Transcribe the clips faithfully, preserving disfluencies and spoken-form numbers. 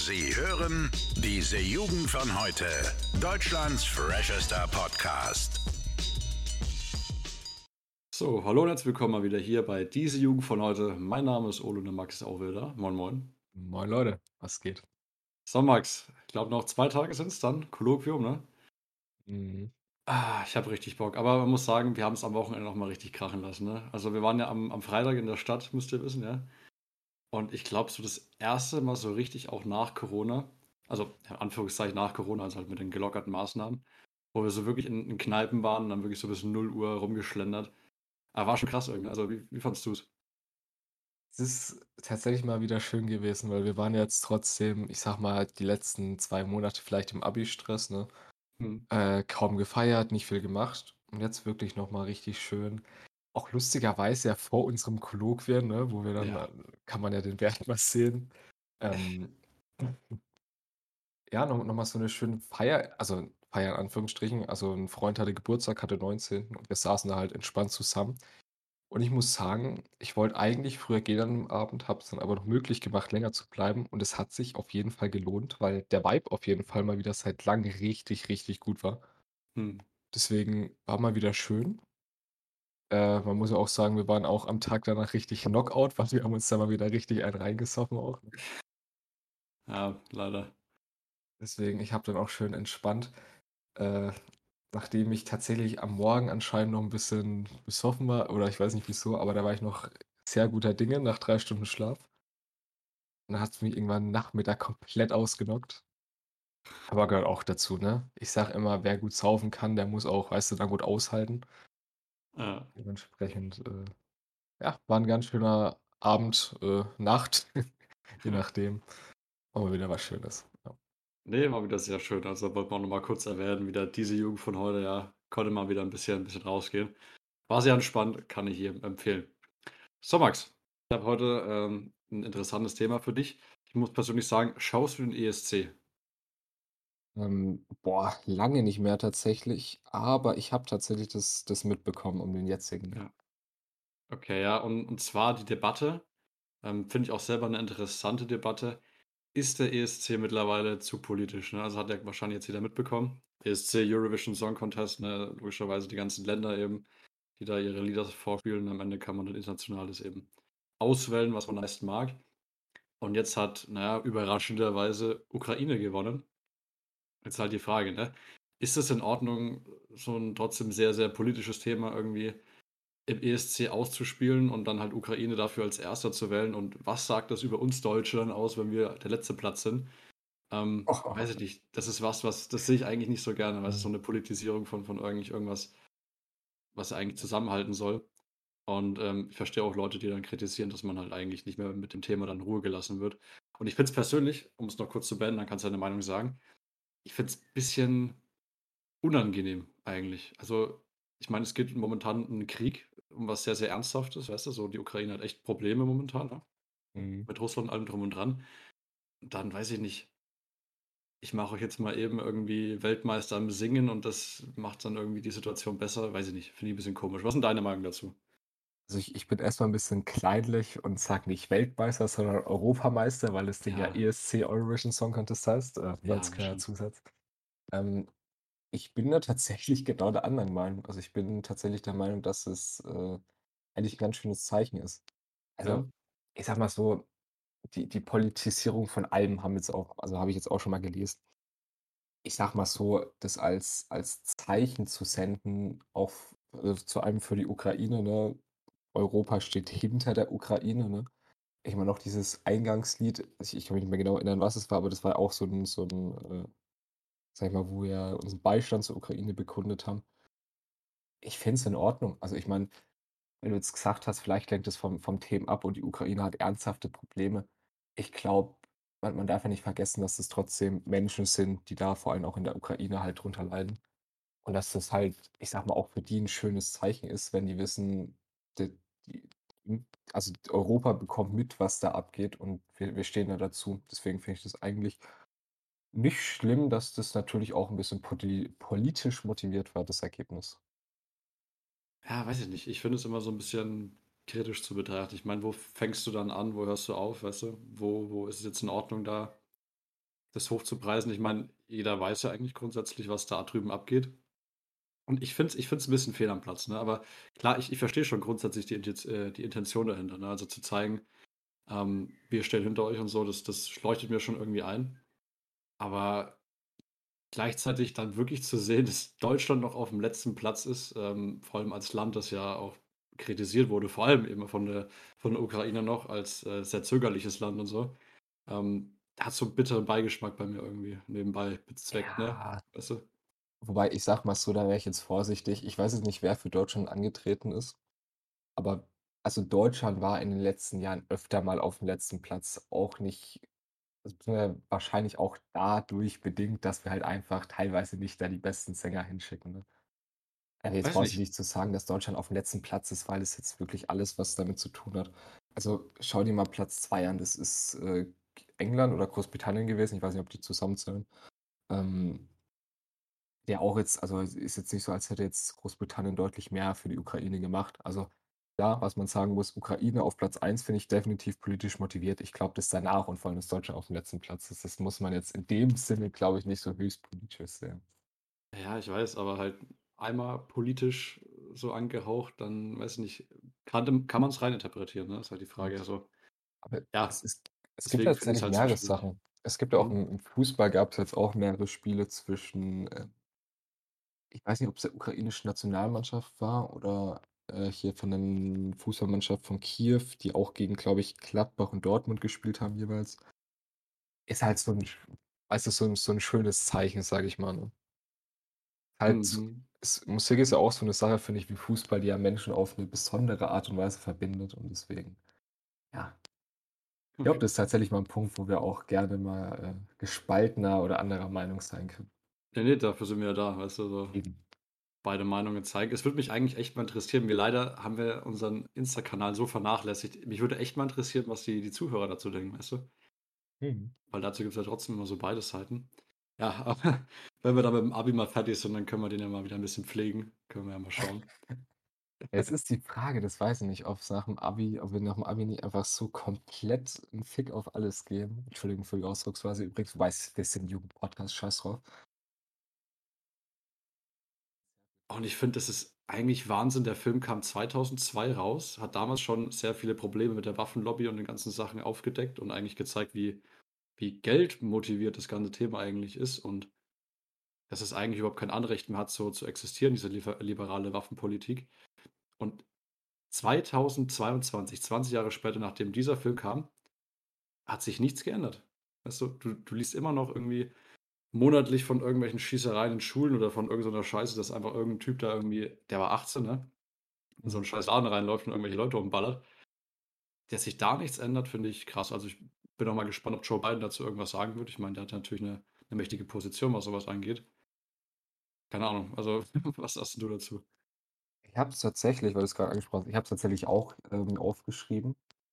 Sie hören diese Jugend von heute. Deutschlands freshester Podcast. So, hallo und herzlich willkommen mal wieder hier bei diese Jugend von heute. Mein Name ist Ole und der Max ist auch wieder da. Moin, moin. Moin Leute, was geht? So, Max, ich glaube noch zwei Tage sind es dann. Kolloquium, ne? Mhm. Ah, ich habe richtig Bock. Aber man muss sagen, wir haben es am Wochenende noch mal richtig krachen lassen, ne? Also wir waren ja am, am Freitag in der Stadt, müsst ihr wissen, ja? Und ich glaube, so das erste Mal so richtig auch nach Corona, also in Anführungszeichen nach Corona, also halt mit den gelockerten Maßnahmen, wo wir so wirklich in, in Kneipen waren und dann wirklich so bis null Uhr rumgeschlendert. Aber war schon krass irgendwie. Also wie, wie fandst du es? Es ist tatsächlich mal wieder schön gewesen, weil wir waren jetzt trotzdem, ich sag mal, die letzten zwei Monate vielleicht im Abi-Stress, ne? Hm. Äh, kaum gefeiert, nicht viel gemacht. Und jetzt wirklich noch mal richtig schön. Auch lustigerweise ja vor unserem Kolloquien, ne, wo wir dann Ja. äh, kann man ja den Wert mal sehen. Ähm, ja, noch noch mal so eine schöne Feier, also Feier in Anführungsstrichen. Also ein Freund hatte Geburtstag, hatte neunzehnten und wir saßen da halt entspannt zusammen. Und ich muss sagen, ich wollte eigentlich früher gehen an dem Abend, habe es dann aber noch möglich gemacht, länger zu bleiben und es hat sich auf jeden Fall gelohnt, weil der Vibe auf jeden Fall mal wieder seit langem richtig, richtig gut war. Hm. Deswegen war mal wieder schön. Äh, man muss ja auch sagen, wir waren auch am Tag danach richtig Knockout, weil wir haben uns da mal wieder richtig einen reingesoffen auch. Ja, leider. Deswegen, ich habe dann auch schön entspannt, äh, nachdem ich tatsächlich am Morgen anscheinend noch ein bisschen besoffen war oder ich weiß nicht wieso, aber da war ich noch sehr guter Dinge nach drei Stunden Schlaf. Und dann hat's mich irgendwann Nachmittag komplett ausgenockt. Aber gehört auch dazu, ne? Ich sage immer, wer gut saufen kann, der muss auch, weißt du, dann gut aushalten. Ja. Dementsprechend, äh, ja, war 'n ganz schöner Abend, äh, Nacht, je nachdem. Aber wieder was Schönes, ja. Ne, war wieder sehr schön. Also, wollte man noch mal kurz erwähnen, wieder diese Jugend von heute, ja, konnte mal wieder ein bisschen ein bisschen rausgehen. War sehr entspannt, kann ich jedem empfehlen. So, Max, ich habe heute, ähm, 'n interessantes Thema für dich. Ich muss persönlich sagen, schaust du den E S C? Ähm, boah, lange nicht mehr tatsächlich, aber ich habe tatsächlich das das mitbekommen um den jetzigen, ja. Ja. Okay, ja, und und zwar die Debatte, ähm, finde ich auch selber eine interessante Debatte. Ist der E S C mittlerweile zu politisch, ne? Also, hat ja wahrscheinlich jetzt jeder mitbekommen. E S C, Eurovision Song Contest, ne, logischerweise die ganzen Länder eben, die da ihre Lieder vorspielen. Am Ende kann man dann internationales eben auswählen, was man am meisten mag. Und jetzt hat, naja, überraschenderweise Ukraine gewonnen. Jetzt halt die Frage, ne? Ist es in Ordnung, so ein trotzdem sehr, sehr politisches Thema irgendwie im E S C auszuspielen und dann halt Ukraine dafür als Erster zu wählen? Und was sagt das über uns Deutsche dann aus, wenn wir der letzte Platz sind? Ähm, weiß ich nicht. Das ist was, was das sehe ich eigentlich nicht so gerne, weißt du, so Mhm. eine Politisierung von von eigentlich irgendwas, was eigentlich zusammenhalten soll. Und, ähm, ich verstehe auch Leute, die dann kritisieren, dass man halt eigentlich nicht mehr mit dem Thema dann in Ruhe gelassen wird. Und ich finde es persönlich, um es noch kurz zu beenden, dann kannst du deine Meinung sagen, ich finde es ein bisschen unangenehm eigentlich. Also, ich meine, es geht momentan um 'n Krieg, um was sehr, sehr Ernsthaftes, weißt du? So, die Ukraine hat echt Probleme momentan, ne? Mhm. Mit Russland, allem drum und dran. Dann weiß ich nicht, ich mache euch jetzt mal eben irgendwie Weltmeister im Singen und das macht dann irgendwie die Situation besser. Weiß ich nicht, finde ich 'n bisschen komisch. Was ist 'n deine Meinung dazu? Also, ich ich bin erst mal 'n bisschen kleinlich und sage nicht Weltmeister, sondern Europameister, weil das Ding ja Ja, E S C Eurovision Song Contest heißt, äh, nur ja, als das kleiner stimmt. Zusatz. Ähm, ich bin da tatsächlich genau der anderen Meinung. Also, ich bin tatsächlich der Meinung, dass es, äh, eigentlich 'n ganz schönes Zeichen ist. Ja, Also, ich sage mal so, die die Politisierung von allem haben jetzt auch also, habe ich jetzt auch schon mal gelesen. Ich sage mal so, das als als Zeichen zu senden, auch f äh, zu einem für die Ukraine, ne? Europa steht hinter der Ukraine, ne? Ich meine auch dieses Eingangslied, ich ich kann mich nicht mehr genau erinnern, was es war, aber das war auch so 'n so 'n, äh, sage ich mal, wo wir unseren Beistand zur Ukraine bekundet haben. Ich finde es in Ordnung. Also, ich meine, wenn du jetzt gesagt hast, vielleicht lenkt es vom vom Themen ab und die Ukraine hat ernsthafte Probleme. Ich glaube, man man darf ja nicht vergessen, dass es trotzdem Menschen sind, die da vor allem auch in der Ukraine halt drunter leiden. Und dass das halt, ich sage mal, auch für die 'n schönes Zeichen ist, wenn die wissen, d die hm, also Europa bekommt mit, was da abgeht und wir wir stehen da dazu. Deswegen finde ich das eigentlich nicht schlimm, dass das natürlich auch 'n bisschen poli politisch motiviert war, das Ergebnis. ja, weiß ich nicht. Ich finde es immer so 'n bisschen kritisch zu betrachten. Ich meine, wo fängst du dann an, wo hörst du auf, weißt du? Wo wo ist es jetzt in Ordnung da? das hochzupreisen. Ich meine, jeder weiß ja eigentlich grundsätzlich, was da drüben abgeht. Und ich finde es ich finde es 'n bisschen fehl am Platz, ne? Aber klar, ich ich verstehe schon grundsätzlich die Intitz äh, die Intention dahinter, ne? Also, zu zeigen, ähm, wir stehen hinter euch und so, das das leuchtet mir schon irgendwie ein. Aber gleichzeitig dann wirklich zu sehen, dass Deutschland noch auf dem letzten Platz ist, ähm, vor allem als Land, das ja auch kritisiert wurde, vor allem eben von der von der Ukraine noch als, äh, sehr zögerliches Land und so, ähm, hat so 'n bitteren Beigeschmack bei mir irgendwie nebenbei bezweckt, ne? Ja, Weißt du? wobei ich sage mal so, da wäre ich jetzt vorsichtig. Ich weiß jetzt nicht, wer für Deutschland angetreten ist, aber also Deutschland war in den letzten Jahren öfter mal auf dem letzten Platz, auch nicht beziehungsweise wahrscheinlich auch dadurch bedingt, dass wir halt einfach teilweise nicht da die besten Sänger hinschicken, ne? Also, jetzt Weiß nicht. vorsichtig zu sagen, dass Deutschland auf dem letzten Platz ist, weil es jetzt wirklich alles, was damit zu tun hat. Also, schau dir mal Platz zwei an, das ist, äh, England oder Großbritannien gewesen, ich weiß nicht, ob die zusammenzählen. Ähm, der auch jetzt also, es ist jetzt nicht so, als hätte jetzt Großbritannien deutlich mehr für die Ukraine gemacht. Also, ja, was man sagen muss, Ukraine auf Platz eins finde ich definitiv politisch motiviert. Ich glaube, das danach und vor allem das Deutschland auf dem letzten Platz ist, das muss man jetzt in dem Sinne, glaube ich, nicht so höchst politisch sehen. Ja, ich weiß, aber halt einmal politisch so angehaucht, dann weiß ich nicht, kann kann man's reininterpretieren, ne? Ist halt die Mhm. Frage. Also, Aber es ja, ist es gibt deswegen finde ich's tatsächlich halt so mehrere schwierig. Sachen. Es gibt ja auch Mhm. im im Fußball gab's jetzt auch mehrere Spiele zwischen, äh ich weiß nicht, ob's der ukrainischen Nationalmannschaft war oder, äh, hier von den Fußballmannschaft von Kiew, die auch gegen, glaube ich, Gladbach und Dortmund gespielt haben jeweils. Ist halt so 'n sch weißt du, so 'n so 'n schönes Zeichen, sage ich mal, ne? Halt Mhm. es Musik ist ja auch so 'ne Sache, finde ich, wie Fußball, die ja Menschen auf 'ne besondere Art und Weise verbindet und deswegen, ja. Ich glaube, das ist tatsächlich mal 'n Punkt, wo wir auch gerne mal, äh, gespaltener oder anderer Meinung sein können. Ne, ne, dafür sind wir ja da, weißt du, so Eben. beide Meinungen zeigen. Es würde mich eigentlich echt mal interessieren, wir leider haben wir unseren Insta-Kanal so vernachlässigt. Mich würde echt mal interessieren, was die die Zuhörer dazu denken, weißt du? Mhm. Weil dazu gibt's ja trotzdem immer so beide Seiten. Ja, aber wenn wir dann mit dem Abi mal fertig sind, dann können wir den ja mal wieder 'n bisschen pflegen. Können wir ja mal schauen. Es ist die Frage, das weiß ich nicht, ob's nach'm Abi ob wir nach'm Abi nicht einfach so komplett 'n Fick auf alles geben. Entschuldigung für die Ausdrucksweise übrigens, wobei es wir sind 'n Jugendpodcast, scheiß drauf. Und ich finde, das ist eigentlich Wahnsinn. Der Film kam zweitausendzwei raus, hat damals schon sehr viele Probleme mit der Waffenlobby und den ganzen Sachen aufgedeckt und eigentlich gezeigt, wie wie geldmotiviert das ganze Thema eigentlich ist und dass es eigentlich überhaupt kein Anrecht mehr hat, so zu existieren, diese lifer liberale Waffenpolitik. Und zweitausendzweiundzwanzig, zwanzig Jahre später, nachdem dieser Film kam, hat sich nichts geändert. Weißt du, du du liest immer noch irgendwie monatlich von irgendwelchen Schießereien in Schulen oder von irgend so 'ner Scheiße, dass einfach irgend 'n Typ da irgendwie der war achtzehn, ne, in so 'n Mhm. scheiß Laden reinläuft und irgendwelche Leute umballert. Dass sich da nichts ändert, finde ich krass. Also, ich bin auch mal gespannt, ob Joe Biden dazu irgendwas sagen wird. Ich meine, der hat natürlich 'ne 'ne mächtige Position, was so was angeht. Keine Ahnung. Also, was sagst 'n du dazu? Ich habe es tatsächlich, weil du's grad angesprochen hast ich habe es tatsächlich auch, ähm, aufgeschrieben.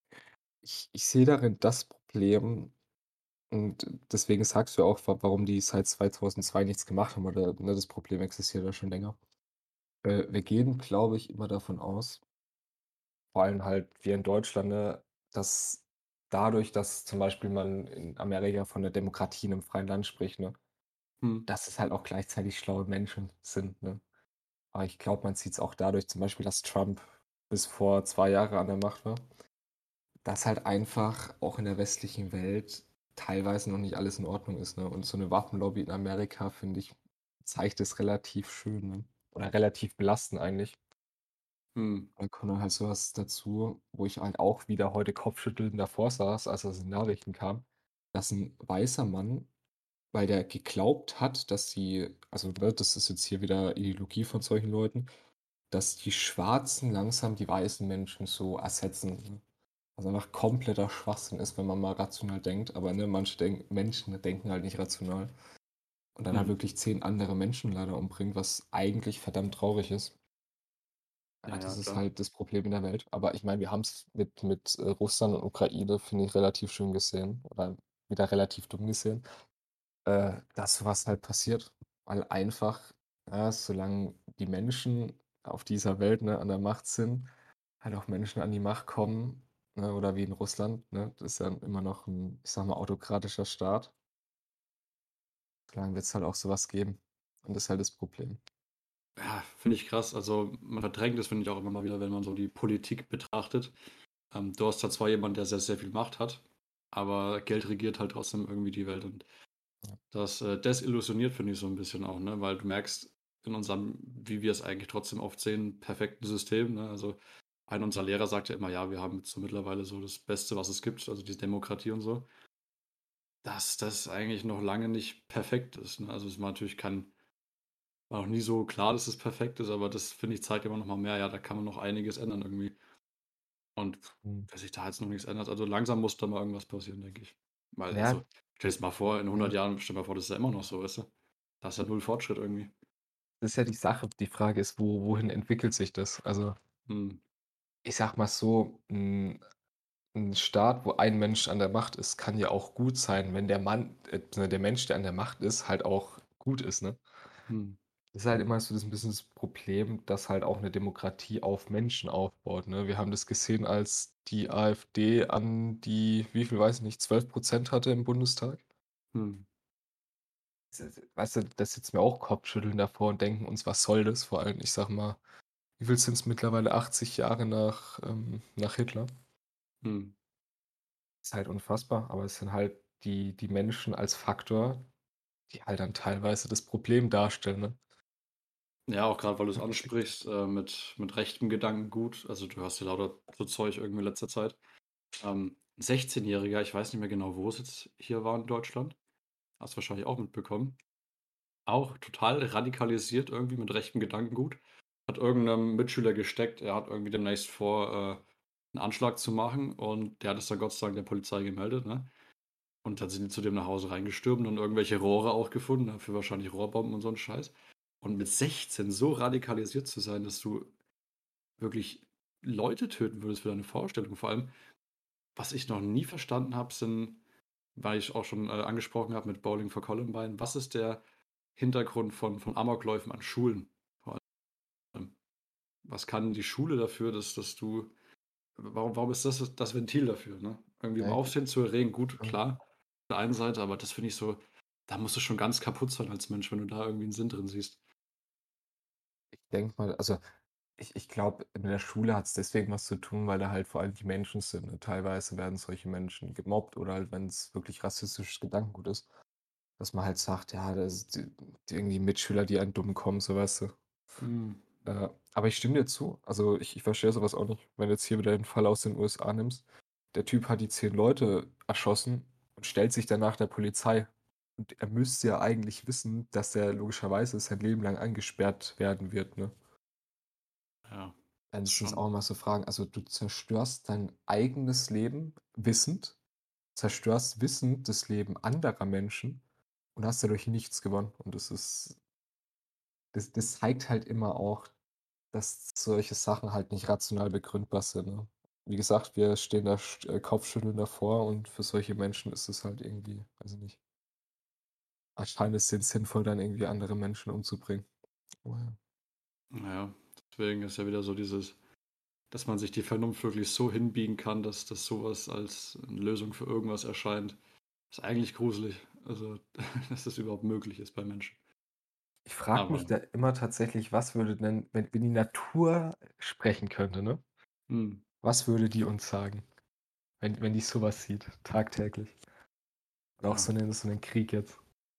Ich ich sehe darin das Problem und deswegen sagst du ja auch, wa warum die seit zweitausendzwei nichts gemacht haben oder, ne, das Problem existiert ja schon länger. Äh, wir gehen, glaube ich, immer davon aus vor allem halt wir in Deutschland, ne, dass dadurch, dass zum Beispiel man in Amerika von der Demokratie in 'nem freien Land spricht, ne, Mhm. dass es halt auch gleichzeitig schlaue Menschen sind, ne? Aber ich glaube, man sieht's auch dadurch zum Beispiel, dass Trump bis vor zwei Jahre an der Macht war dass halt einfach auch in der westlichen Welt teilweise noch nicht alles in Ordnung ist, ne? Und so 'ne Waffenlobby in Amerika, finde ich, zeigt es relativ schön, ne? Oder relativ belastend eigentlich. Mhm. Da kommt dann halt so was dazu, wo ich halt auch wieder heute kopfschüttelnd davor saß, als das in den Nachrichten kam, dass 'n weißer Mann, weil der geglaubt hat, dass die also, ne, das ist jetzt hier wieder Ideologie von solchen Leuten, dass die Schwarzen langsam die weißen Menschen so ersetzen, ne? Was einfach kompletter Schwachsinn ist, wenn man mal rational denkt, aber, ne, manche denk Menschen denken halt nicht rational und dann halt Mhm. wirklich zehn andere Menschen leider umbringt, was eigentlich verdammt traurig ist. Ja, Ja, ja, das ist klar. halt das Problem in der Welt. Aber ich meine, wir haben's mit mit, äh, Russland und Ukraine, finde ich, relativ schön gesehen oder wieder relativ dumm gesehen, äh, dass so was halt passiert, weil einfach, ja, solange die Menschen auf dieser Welt, ne, an der Macht sind, halt auch Menschen an die Macht kommen, ne, oder wie in Russland, ne? Das ist ja immer noch 'n, ich sage mal, autokratischer Staat. lang wird's halt auch so was geben. Und das ist halt das Problem. Ja, finde ich krass. Also, man verdrängt das, finde ich auch immer mal wieder, wenn man so die Politik betrachtet. Ähm, du hast da zwar jemanden, der sehr, sehr viel Macht hat, aber Geld regiert halt trotzdem irgendwie die Welt und Ja. das, äh, desillusioniert, finde ich so ein bisschen auch, ne, weil du merkst in unserem, wie wir es eigentlich trotzdem oft sehen, perfekten System, ne? Also, einer unserer Lehrer sagt ja immer: „Ja, wir haben jetzt so mittlerweile so das Beste, was es gibt, also die Demokratie und so." Dass das eigentlich noch lange nicht perfekt ist, ne? Also, es war natürlich kein war noch nie so klar, dass es perfekt ist, aber das, finde ich, zeigt immer noch mal mehr, ja, da kann man noch einiges ändern irgendwie. Und Mhm. dass sich da jetzt noch nichts ändert, also langsam muss da mal irgendwas passieren, denke ich. Weil, Ja, also, stell dir's mal vor, in hundert ja. Jahren, stell dir mal vor, das ist ja immer noch so, weißt du? Da ist ja null Fortschritt irgendwie. Das ist ja die Sache. Die Frage ist, wo wohin entwickelt sich das? Also, Mhm. ich sage mal so, 'n 'n Staat, wo ein Mensch an der Macht ist, kann ja auch gut sein, wenn der Mann äh, ne, der Mensch, der an der Macht ist, halt auch gut ist, ne? Mhm. Das ist halt immer so das 'n bisschen das Problem, dass halt auch 'ne Demokratie auf Menschen aufbaut, ne? Wir haben das gesehen, als die AfD an die wie viel, weiß ich nicht, zwölf Prozent hatte im Bundestag. Mhm. S s Weißt du, da sitzen wir auch Kopfschütteln davor und denken uns: „Was soll das?“ Vor allem, ich sage mal, wie viel sind's mittlerweile? achtzig Jahre nach ähm, nach Hitler. Mhm. Ist halt unfassbar, aber es sind halt die die Menschen als Faktor, die halt dann teilweise das Problem darstellen, ne? Ja, auch gerade, weil du's Im Endeffekt. ansprichst, äh, mit mit rechtem Gedankengut. Also, du hörst ja lauter so Zeug irgendwie in letzter Zeit. Ähm, 'n sechzehnjähriger, ich weiß nicht mehr genau, wo es jetzt hier war in Deutschland, hast du wahrscheinlich auch mitbekommen. Auch total radikalisiert irgendwie mit rechtem Gedankengut. Hat irgendeinem Mitschüler gesteckt, er hat irgendwie demnächst vor, äh, 'n Anschlag zu machen und der hat es dann Gott sei Dank der Polizei gemeldet, ne? Und dann sind die zu dem nach Hause reingestürmt und irgendwelche Rohre auch gefunden, ne, für wahrscheinlich Rohrbomben und so 'n Scheiß. Und mit sechzehn so radikalisiert zu sein, dass du wirklich Leute töten würdest für deine Vorstellung. Vor allem, was ich noch nie verstanden habe, sind, weil ich auch schon, äh, angesprochen habe mit Bowling for Columbine, was ist der Hintergrund von von Amokläufen an Schulen vor allem? Was kann die Schule dafür, dass dass du warum warum ist das das Ventil dafür, ne? Irgendwie um Ja, ich Aufsehen zu erregen, gut, ähm, klar, auf der einen Seite, aber das finde ich so, da musst du schon ganz kaputt sein als Mensch, wenn du da irgendwie 'n Sinn drin siehst. ich denke mal, also, ich ich glaube, in der Schule hat's deswegen was zu tun, weil da halt vor allem die Menschen sind, ne? Teilweise werden solche Menschen gemobbt oder halt, wenn's wirklich rassistisches Gedankengut ist, dass man halt sagt: „Ja, das d die irgendwie Mitschüler, die einen dumm kommen“, so, weißt du? Mhm. Äh, aber ich stimme dir zu. Also, ich ich verstehe so was auch nicht. Wenn du jetzt hier wieder den Fall aus den U S A nimmst, der Typ hat die zehn Leute erschossen und stellt sich danach der Polizei. Und er müsste ja eigentlich wissen, dass er logischerweise sein Leben lang eingesperrt werden wird, ne? Ja, Dann ist sind es schon auch immer so Fragen, also, du zerstörst dein eigenes Leben wissend, zerstörst wissend das Leben anderer Menschen und hast dadurch nichts gewonnen. Und das ist das das zeigt halt immer auch, dass solche Sachen halt nicht rational begründbar sind, ne? Wie gesagt, wir stehen da st äh, kopfschüttelnd davor und für solche Menschen ist es halt irgendwie, weiß ich nicht, erscheint es denen sinnvoll, dann irgendwie andere Menschen umzubringen. Aber ja. na ja, deswegen ist ja wieder so dieses, dass man sich die Vernunft wirklich so hinbiegen kann, dass dass so was als 'ne Lösung für irgendwas erscheint, ist eigentlich gruselig. Also, dass das überhaupt möglich ist bei Menschen. Ich frage mich Aber da immer tatsächlich, was würde denn, wenn wenn die Natur sprechen könnte, ne? mhm, Was würde die uns sagen, wenn wenn die so was sieht, tagtäglich? Und auch ja, so 'nen so 'nen Krieg jetzt.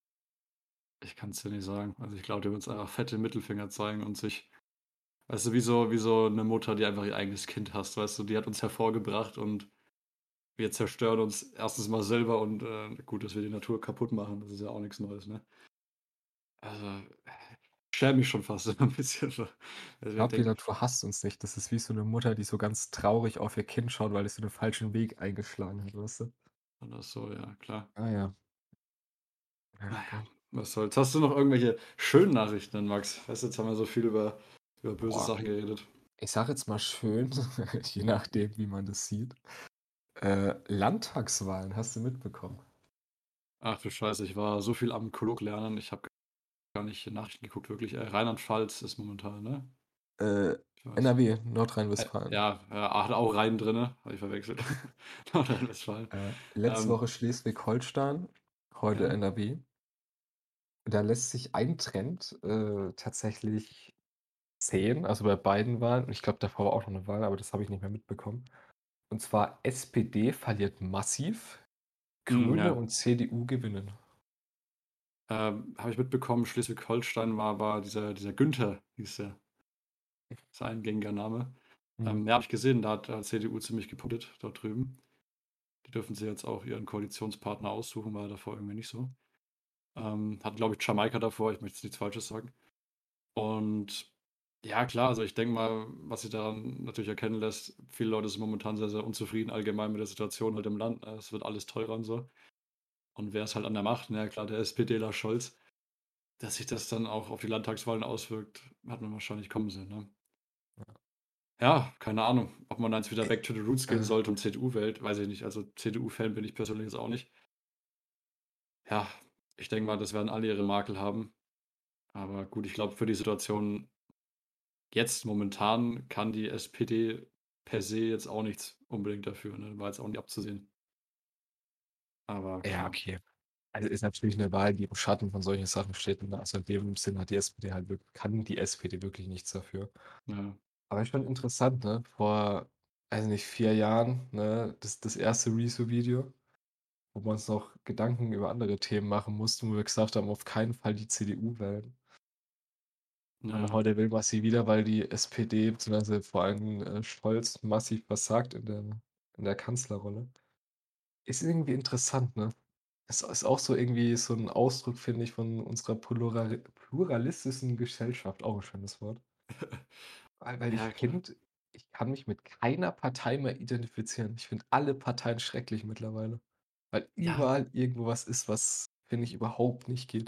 ich kann's dir nicht sagen. Also, ich glaube, die wird uns einfach fette Mittelfinger zeigen und sich, weißt du, wie so wie so 'ne Mutter, die einfach ihr eigenes Kind hasst, weißt du? Die hat uns hervorgebracht und wir zerstören uns erstens mal selber und, äh, gut, dass wir die Natur kaputt machen, das ist ja auch nix Neues, ne? Also, ich schäme mich schon fast so 'n bisschen so. Ich Also, ich glaube, die denke Natur hasst uns nicht. Das ist wie so 'ne Mutter, die so ganz traurig auf ihr Kind schaut, weil es so den falschen Weg eingeschlagen hat, weißt du? oder so, ja, klar. Ah ja, ja Na ja, Gott. was soll's. Hast du noch irgendwelche schönen Nachrichten denn, Max? Weißt du, jetzt haben wir so viel über über böse Boah, Sachen geredet. ich sage jetzt mal schön, je nachdem, wie man das sieht. Äh, Landtagswahlen, hast du mitbekommen? Ach du Scheiße, ich war so viel am Kolleg lernen, ich habe gar nicht Nachrichten geguckt, wirklich. Äh, Rheinland-Pfalz ist momentan, ne? Äh, Ich weiß. N R W, Äh, Nordrhein-Westfalen. ja, ja, hat auch Rhein drinne, habe ich verwechselt. Nordrhein-Westfalen. Äh, letzte Ähm, Woche Schleswig-Holstein, heute ja, N R W. Da lässt sich ein Trend, äh, tatsächlich sehen, also bei beiden Wahlen und ich glaube, davor war auch noch 'ne Wahl, aber das habe ich nicht mehr mitbekommen. Und zwar S P D verliert massiv, Hm, Grüne ja. und C D U gewinnen. Ähm, habe ich mitbekommen, Schleswig-Holstein war war dieser dieser Günther hieß der. Sein gängiger Name. Mhm. Ähm, ja, habe ich gesehen, da hat, äh, C D U ziemlich gepunktet dort drüben. Die dürfen sich jetzt auch ihren Koalitionspartner aussuchen, war davor irgendwie nicht so. Ähm, hatten, glaube ich, Jamaika davor, ich möchte jetzt nichts Falsches sagen. Und ja, klar, also ich denke mal, was sich daran natürlich erkennen lässt, viele Leute sind momentan sehr, sehr unzufrieden allgemein mit der Situation halt im Land, ne? Es wird alles teurer und so. Und wer ist halt an der Macht? Na ja, klar, der SPDler Scholz. Dass sich das dann auch auf die Landtagswahlen auswirkt, hat man wahrscheinlich kommen sehen, ne? Ja. Ja, keine Ahnung, ob man da jetzt wieder Äh, back to the roots gehen äh, sollte und C D U wählt, weiß ich nicht. Also C D U-Fan bin ich persönlich jetzt auch nicht. Ja, ich denke mal, das werden alle ihre Makel haben. Aber gut, ich glaube, für die Situation jetzt momentan kann die S P D per se jetzt auch nichts unbedingt dafür, ne? War jetzt auch nicht abzusehen. Aber ja, klar. okay. Also, ist natürlich 'ne Wahl, die im Schatten von solchen Sachen steht, ne? Also, in dem Sinne hat die S P D halt wirk kann die S P D wirklich nichts dafür. Ja. Aber schon interessant, ne? Vor, weiß nicht, vier Jahren, ne, das das erste Rezo-Video, wo wir uns noch Gedanken über andere Themen machen mussten, wo wir gesagt haben: „Auf keinen Fall die C D U wählen.“ Und Ja. heute will man sie wieder, weil die S P D beziehungsweise vor allem, äh, Scholz massiv versagt in der in der Kanzlerrolle. Ist irgendwie interessant, ne? Es ist auch so irgendwie so 'n Ausdruck, finde ich, von unserer plurari pluralistischen Gesellschaft, auch 'n schönes Wort. Weil weil ich Ja, klar. finde, ich kann mich mit keiner Partei mehr identifizieren. Ich finde alle Parteien schrecklich mittlerweile, weil Ja, überall irgendwo was ist, was, finde ich, überhaupt nicht geht.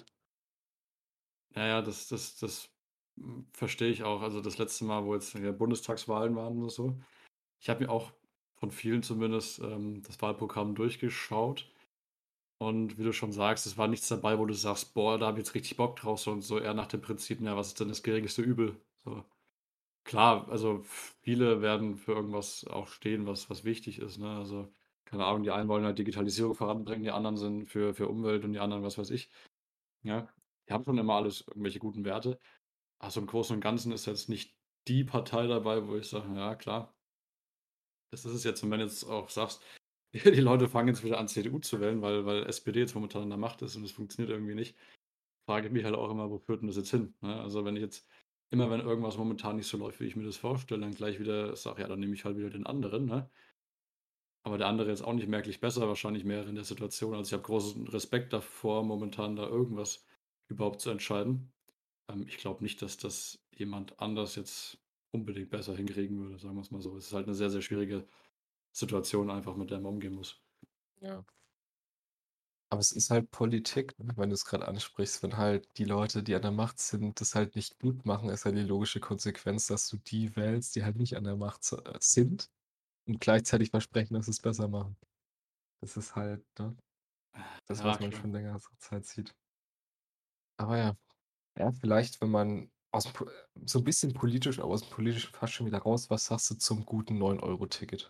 ja, ja, das das das, hm, verstehe ich auch. Also, das letzte Mal, wo jetzt, äh, Bundestagswahlen waren oder so, ich habe mir auch von vielen zumindest, ähm, das Wahlprogramm durchgeschaut. Und wie du schon sagst, es war nichts dabei, wo du sagst: „Boah, da habe ich jetzt richtig Bock drauf“, so und so eher nach dem Prinzip: „Na, was ist denn das geringste Übel?“ So. Klar, also viele werden für irgendwas auch stehen, was was wichtig ist, ne? Also, keine Ahnung, die einen wollen halt Digitalisierung voranbringen, die anderen sind für für Umwelt und die anderen was weiß ich, ja? Die haben schon immer alles irgendwelche guten Werte. Also, im Großen und Ganzen ist jetzt nicht die Partei dabei, wo ich sage: „Ja, klar, das ist es jetzt.“ Und wenn du jetzt auch sagst, die Leute fangen jetzt wieder an, C D U zu wählen, weil weil S P D jetzt momentan an der Macht ist und es funktioniert irgendwie nicht. Frage ich mich halt auch immer, wo führt denn das jetzt hin, ne? Also, wenn ich jetzt immer wenn irgendwas momentan nicht so läuft, wie ich mir das vorstelle, dann gleich wieder sage: „Ja, dann nehme ich halt wieder den anderen“, ne? Aber der andere ist auch nicht merklich besser, wahrscheinlich mehr in der Situation. Also, ich habe großen Respekt davor, momentan da irgendwas überhaupt zu entscheiden. Ähm, ich glaube nicht, dass das jemand anders jetzt unbedingt besser hinkriegen würde, sagen wir's mal so. Es ist halt 'ne sehr, sehr schwierige Situation einfach, mit der man umgehen muss. Ja. Aber es ist halt Politik, ne, wenn du's grad ansprichst. Wenn halt die Leute, die an der Macht sind, das halt nicht gut machen, ist ja die logische Konsequenz, dass du die wählst, die halt nicht an der Macht s äh, sind und gleichzeitig versprechen, dass sie's besser machen. Das ist halt, ne, das, Ja, was man klar. schon längere Zeit sieht. Aber ja. Ja, vielleicht, wenn man aus'm po so 'n bisschen politisch, aber aus'm Politischen fast schon wieder raus, was sagst du zum guten neun-Euro-Ticket?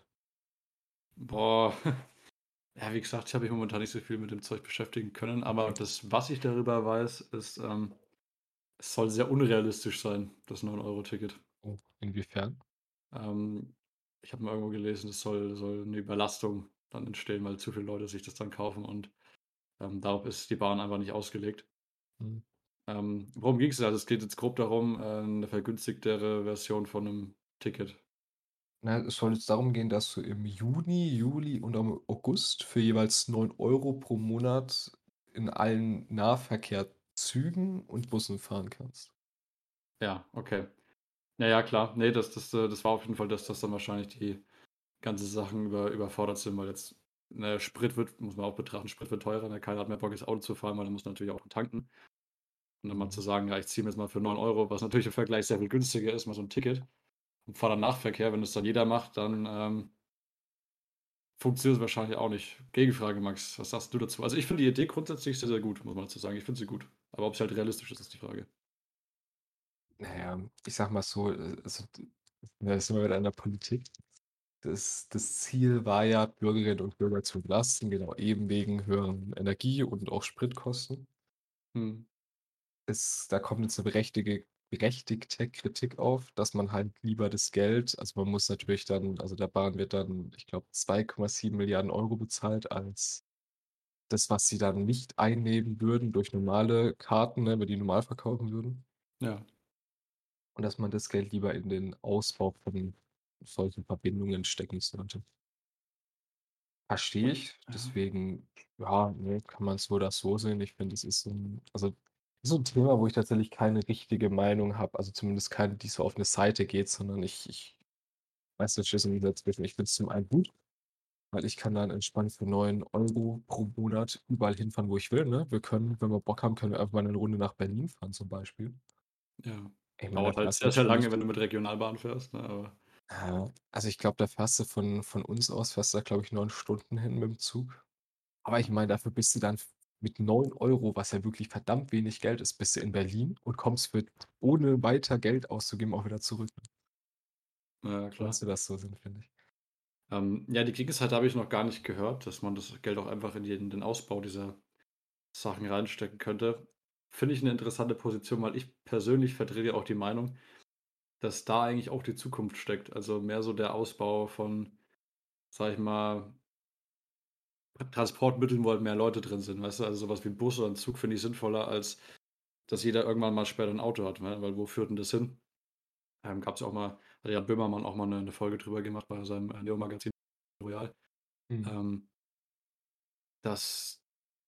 Boah. Ja, wie gesagt, ich habe mich momentan nicht so viel mit dem Zeug beschäftigen können, aber Okay. das, was ich darüber weiß, ist, ähm, es soll sehr unrealistisch sein, das neun-Euro-Ticket. Oh, inwiefern? Ähm, ich habe mal irgendwo gelesen, es soll soll 'ne Überlastung dann entstehen, weil zu viele Leute sich das dann kaufen und, ähm, darauf ist die Bahn einfach nicht ausgelegt. Mhm. Ähm, worum ging's da? Also, es geht jetzt grob darum, äh, 'ne vergünstigtere Version von 'nem Ticket. Na, es soll jetzt darum gehen, dass du im Juni, Juli und am August für jeweils neun Euro pro Monat in allen Nahverkehr-Zügen und Bussen fahren kannst. Ja, okay. Ja, ja, klar. Ne, das das, äh das war auf jeden Fall das, dass dann wahrscheinlich die ganzen Sachen über überfordert sind, weil jetzt, ne, Sprit wird muss man auch betrachten, Sprit wird teurer, ne? Keiner hat mehr Bock, jetzt Auto zu fahren, weil er muss natürlich auch tanken. Und dann mal zu Mhm. sagen: „Ja, ich ziehe mir jetzt mal für neun Euro“, was natürlich im Vergleich sehr viel günstiger ist, mal so 'n Ticket und fahre dann Nahverkehr. Wenn das dann jeder macht, dann, ähm funktioniert es wahrscheinlich auch nicht. Gegenfrage, Max, was sagst du dazu? Also, ich finde die Idee grundsätzlich sehr, sehr gut, muss man dazu sagen. Ich finde sie gut. Aber ob sie halt realistisch ist, ist die Frage. Na ja, ich sage mal so, äh, also, d da sind wir wieder in der Politik. Das das Ziel war ja, Bürgerinnen und Bürger zu entlasten, genau, eben wegen höheren Energie und auch Spritkosten. Mhm. es da kommt jetzt 'ne berechtige berechtigte Kritik auf, dass man halt lieber das Geld also, man muss natürlich dann also, der Bahn wird dann, ich glaube, zwei Komma sieben Milliarden Euro bezahlt als das, was sie dann nicht einnehmen würden durch normale Karten, ne, wenn die normal verkaufen würden. Ja. Und dass man das Geld lieber in den Ausbau von solchen Verbindungen stecken sollte. Verstehe Und ich. ja. Deswegen, ja, ne, kann man so oder so sehen. Ich finde, das ist so 'n also, so 'n Thema, wo ich tatsächlich keine richtige Meinung habe, also zumindest keine, die so auf 'ne Seite geht, sondern ich ich weiß nicht, schließlich dazwischen. Ich finde es zum einen gut, weil ich kann dann entspannt für neun Euro pro Monat überall hinfahren, wo ich will, ne? Wir können, wenn wir Bock haben, können wir einfach mal 'ne Runde nach Berlin fahren zum Beispiel. Ja. Ich meine, da Dauert halt fährst du sehr, jetzt sehr schon lange, nicht wenn du mit Regionalbahn fährst, ne, aber Ja, also ich glaube, da fährst du von von uns aus fährst du da, glaube ich, neun Stunden hin mit'm Zug. Aber ich meine, dafür bist du dann f mit neun Euro, was ja wirklich verdammt wenig Geld ist, bist du in Berlin und kommst für ohne weiter Geld auszugeben auch wieder zurück. Ja, ja, So klar. musste das so sind, finde ich. Ähm, ja, die Gegenseite habe ich noch gar nicht gehört, dass man das Geld auch einfach in den den Ausbau dieser Sachen reinstecken könnte. Finde ich 'ne interessante Position, weil ich persönlich vertrete ja auch die Meinung, dass da eigentlich auch die Zukunft steckt. Also, mehr so der Ausbau von, sage ich mal Transportmitteln, wo halt mehr Leute drin sind, weißt du? Also, so was wie 'n Bus oder 'n Zug finde ich sinnvoller, als dass jeder irgendwann mal später 'n Auto hat, ne? Weil wo führt 'n das hin? Ähm, gab's ja auch mal hat ja Böhmermann auch mal 'ne 'ne Folge drüber gemacht bei seinem, äh, Neo-Magazin Royal. Mhm. Ähm dass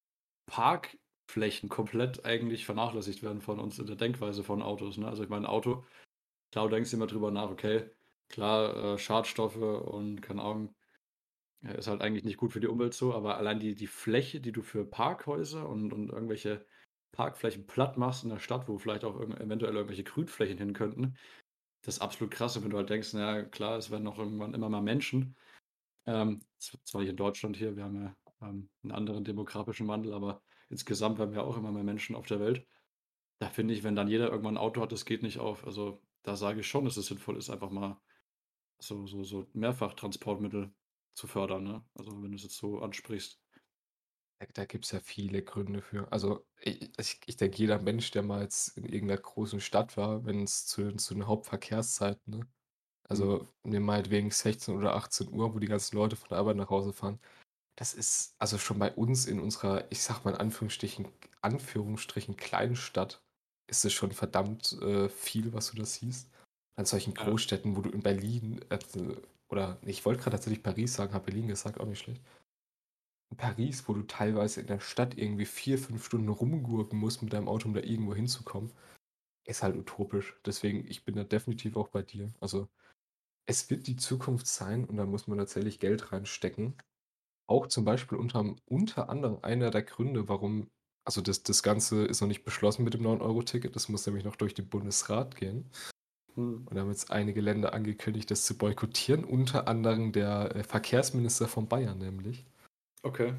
Parkflächen komplett eigentlich vernachlässigt werden von uns in der Denkweise von Autos, ne? Also, ich meine, Auto, klar, du denkst immer drüber nach, okay, klar, äh, Schadstoffe und keine Ahnung, ja, ist halt eigentlich nicht gut für die Umwelt so, aber allein die die Fläche, die du für Parkhäuser und und irgendwelche Parkflächen platt machst in der Stadt, wo vielleicht auch irgend eventuell irgendwelche Grünflächen hin könnten, das ist absolut krass. Und wenn du halt denkst, na ja, klar, es werden auch irgendwann immer mehr Menschen, ähm, z zwar nicht in Deutschland hier, wir haben ja, ähm, 'n anderen demografischen Wandel, aber insgesamt werden wir auch immer mehr Menschen auf der Welt. Da finde ich, wenn dann jeder irgendwann 'n Auto hat, das geht nicht auf. Also, da sage ich schon, dass es sinnvoll ist, einfach mal so so so Mehrfachtransportmittel zu fördern, ne? Also, wenn du's jetzt so ansprichst. Da da gibt's ja viele Gründe für. Also, i ich ich denke, jeder Mensch, der mal jetzt in irgend 'ner großen Stadt war, wenn's zu zu den Hauptverkehrszeiten, ne? Mhm. Also, nehmen meinetwegen sechzehn oder achtzehn Uhr, wo die ganzen Leute von der Arbeit nach Hause fahren. Das ist also schon bei uns in unserer, ich sage mal in Anführungsstrichen Anführungsstrichen Kleinstadt, ist es schon verdammt, äh, viel, was du da siehst. An solchen Ja. Großstädten, wo du in Berlin, äh, oder ich wollte grad tatsächlich Paris sagen, habe Berlin gesagt, auch nicht schlecht. In Paris, wo du teilweise in der Stadt irgendwie vier, fünf Stunden rumgurken musst mit deinem Auto, um da irgendwo hinzukommen, ist halt utopisch. Deswegen, ich bin da definitiv auch bei dir. Also, es wird die Zukunft sein und da muss man tatsächlich Geld reinstecken. Auch zum Beispiel unterm unter anderem einer der Gründe, warum also, das das Ganze ist noch nicht beschlossen mit dem neun Euro Ticket. Das muss nämlich noch durch den Bundesrat gehen. Mhm. Und da haben jetzt einige Länder angekündigt, das zu boykottieren, unter anderem der, äh, Verkehrsminister von Bayern nämlich. Okay.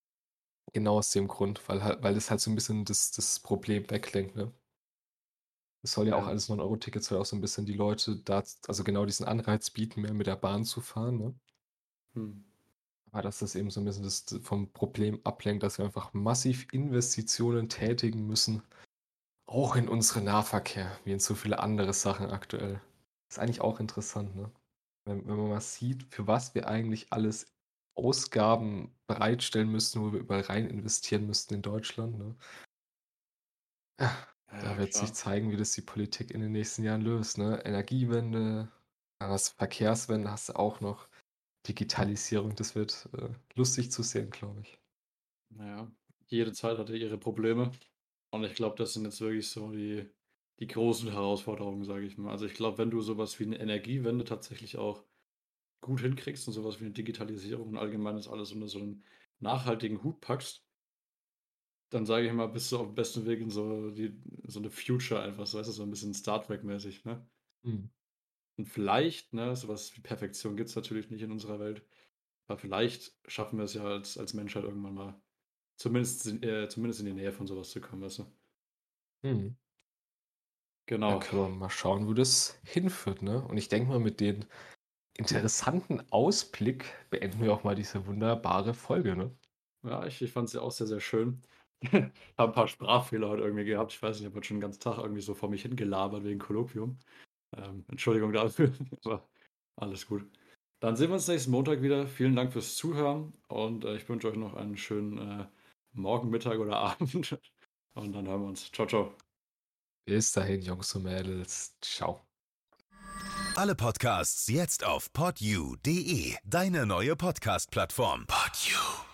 Genau aus dem Grund, weil halt weil das halt so 'n bisschen das das Problem weglenkt, ne? Es soll ja auch Ja. alles neun Euro Ticket soll ja auch so 'n bisschen die Leute daz also genau diesen Anreiz bieten, mehr mit der Bahn zu fahren, ne? Mhm. Aber dass das eben so 'n bisschen das d vom Problem ablenkt, dass wir einfach massiv Investitionen tätigen müssen, auch in unseren Nahverkehr, wie in so viele andere Sachen aktuell. Ist eigentlich auch interessant, ne? Wenn wenn man mal sieht, für was wir eigentlich alles Ausgaben bereitstellen müssten, wo wir überall rein investieren müssten in Deutschland, ne? Ja, Da ja, wird sich klar. zeigen, wie das die Politik in den nächsten Jahren löst, ne? Energiewende, dann hast Verkehrswende hast du auch noch, Digitalisierung, das wird, äh, lustig zu sehen, glaube ich. Na ja, jede Zeit hatte ihre Probleme und ich glaube, das sind jetzt wirklich so die die großen Herausforderungen, sage ich mal. Also, ich glaube, wenn du so was wie 'ne Energiewende tatsächlich auch gut hinkriegst und so was wie 'ne Digitalisierung und allgemein das alles unter so 'n nachhaltigen Hut packst dann sage ich mal, bist du aufm besten Weg in so die so 'ne Future einfach, so weißt du, so 'n bisschen Star Trek-mäßig, ne? Mhm. Und vielleicht, ne, so was wie Perfektion gibt's natürlich nicht in unserer Welt, aber vielleicht schaffen wir's ja als als Menschheit irgendwann mal, zumindest in äh, zumindest in die Nähe von so was zu kommen, weißt du? Mhm. Dann Genau. können wir mal schauen, wo das hinführt, ne? Und ich denke mal, mit den interessanten Ausblick beenden wir auch mal diese wunderbare Folge, ne? Ja, ich ich fand's ja auch sehr, sehr schön. Habe ein paar Sprachfehler heute irgendwie gehabt. Ich weiß nicht, ich habe heute schon den ganzen Tag irgendwie so vor mich hingelabert wegen Kolloquium. Ähm, Entschuldigung dafür, aber alles gut. Dann sehen wir uns nächsten Montag wieder. Vielen Dank fürs Zuhören und äh, ich wünsche euch noch einen schönen äh, Morgen, Mittag oder Abend. Und dann hören wir uns. Ciao, ciao. Bis dahin, Jungs und Mädels. Ciao. Alle Podcasts jetzt auf podyou punkt de, deine neue Podcast-Plattform. Podyou.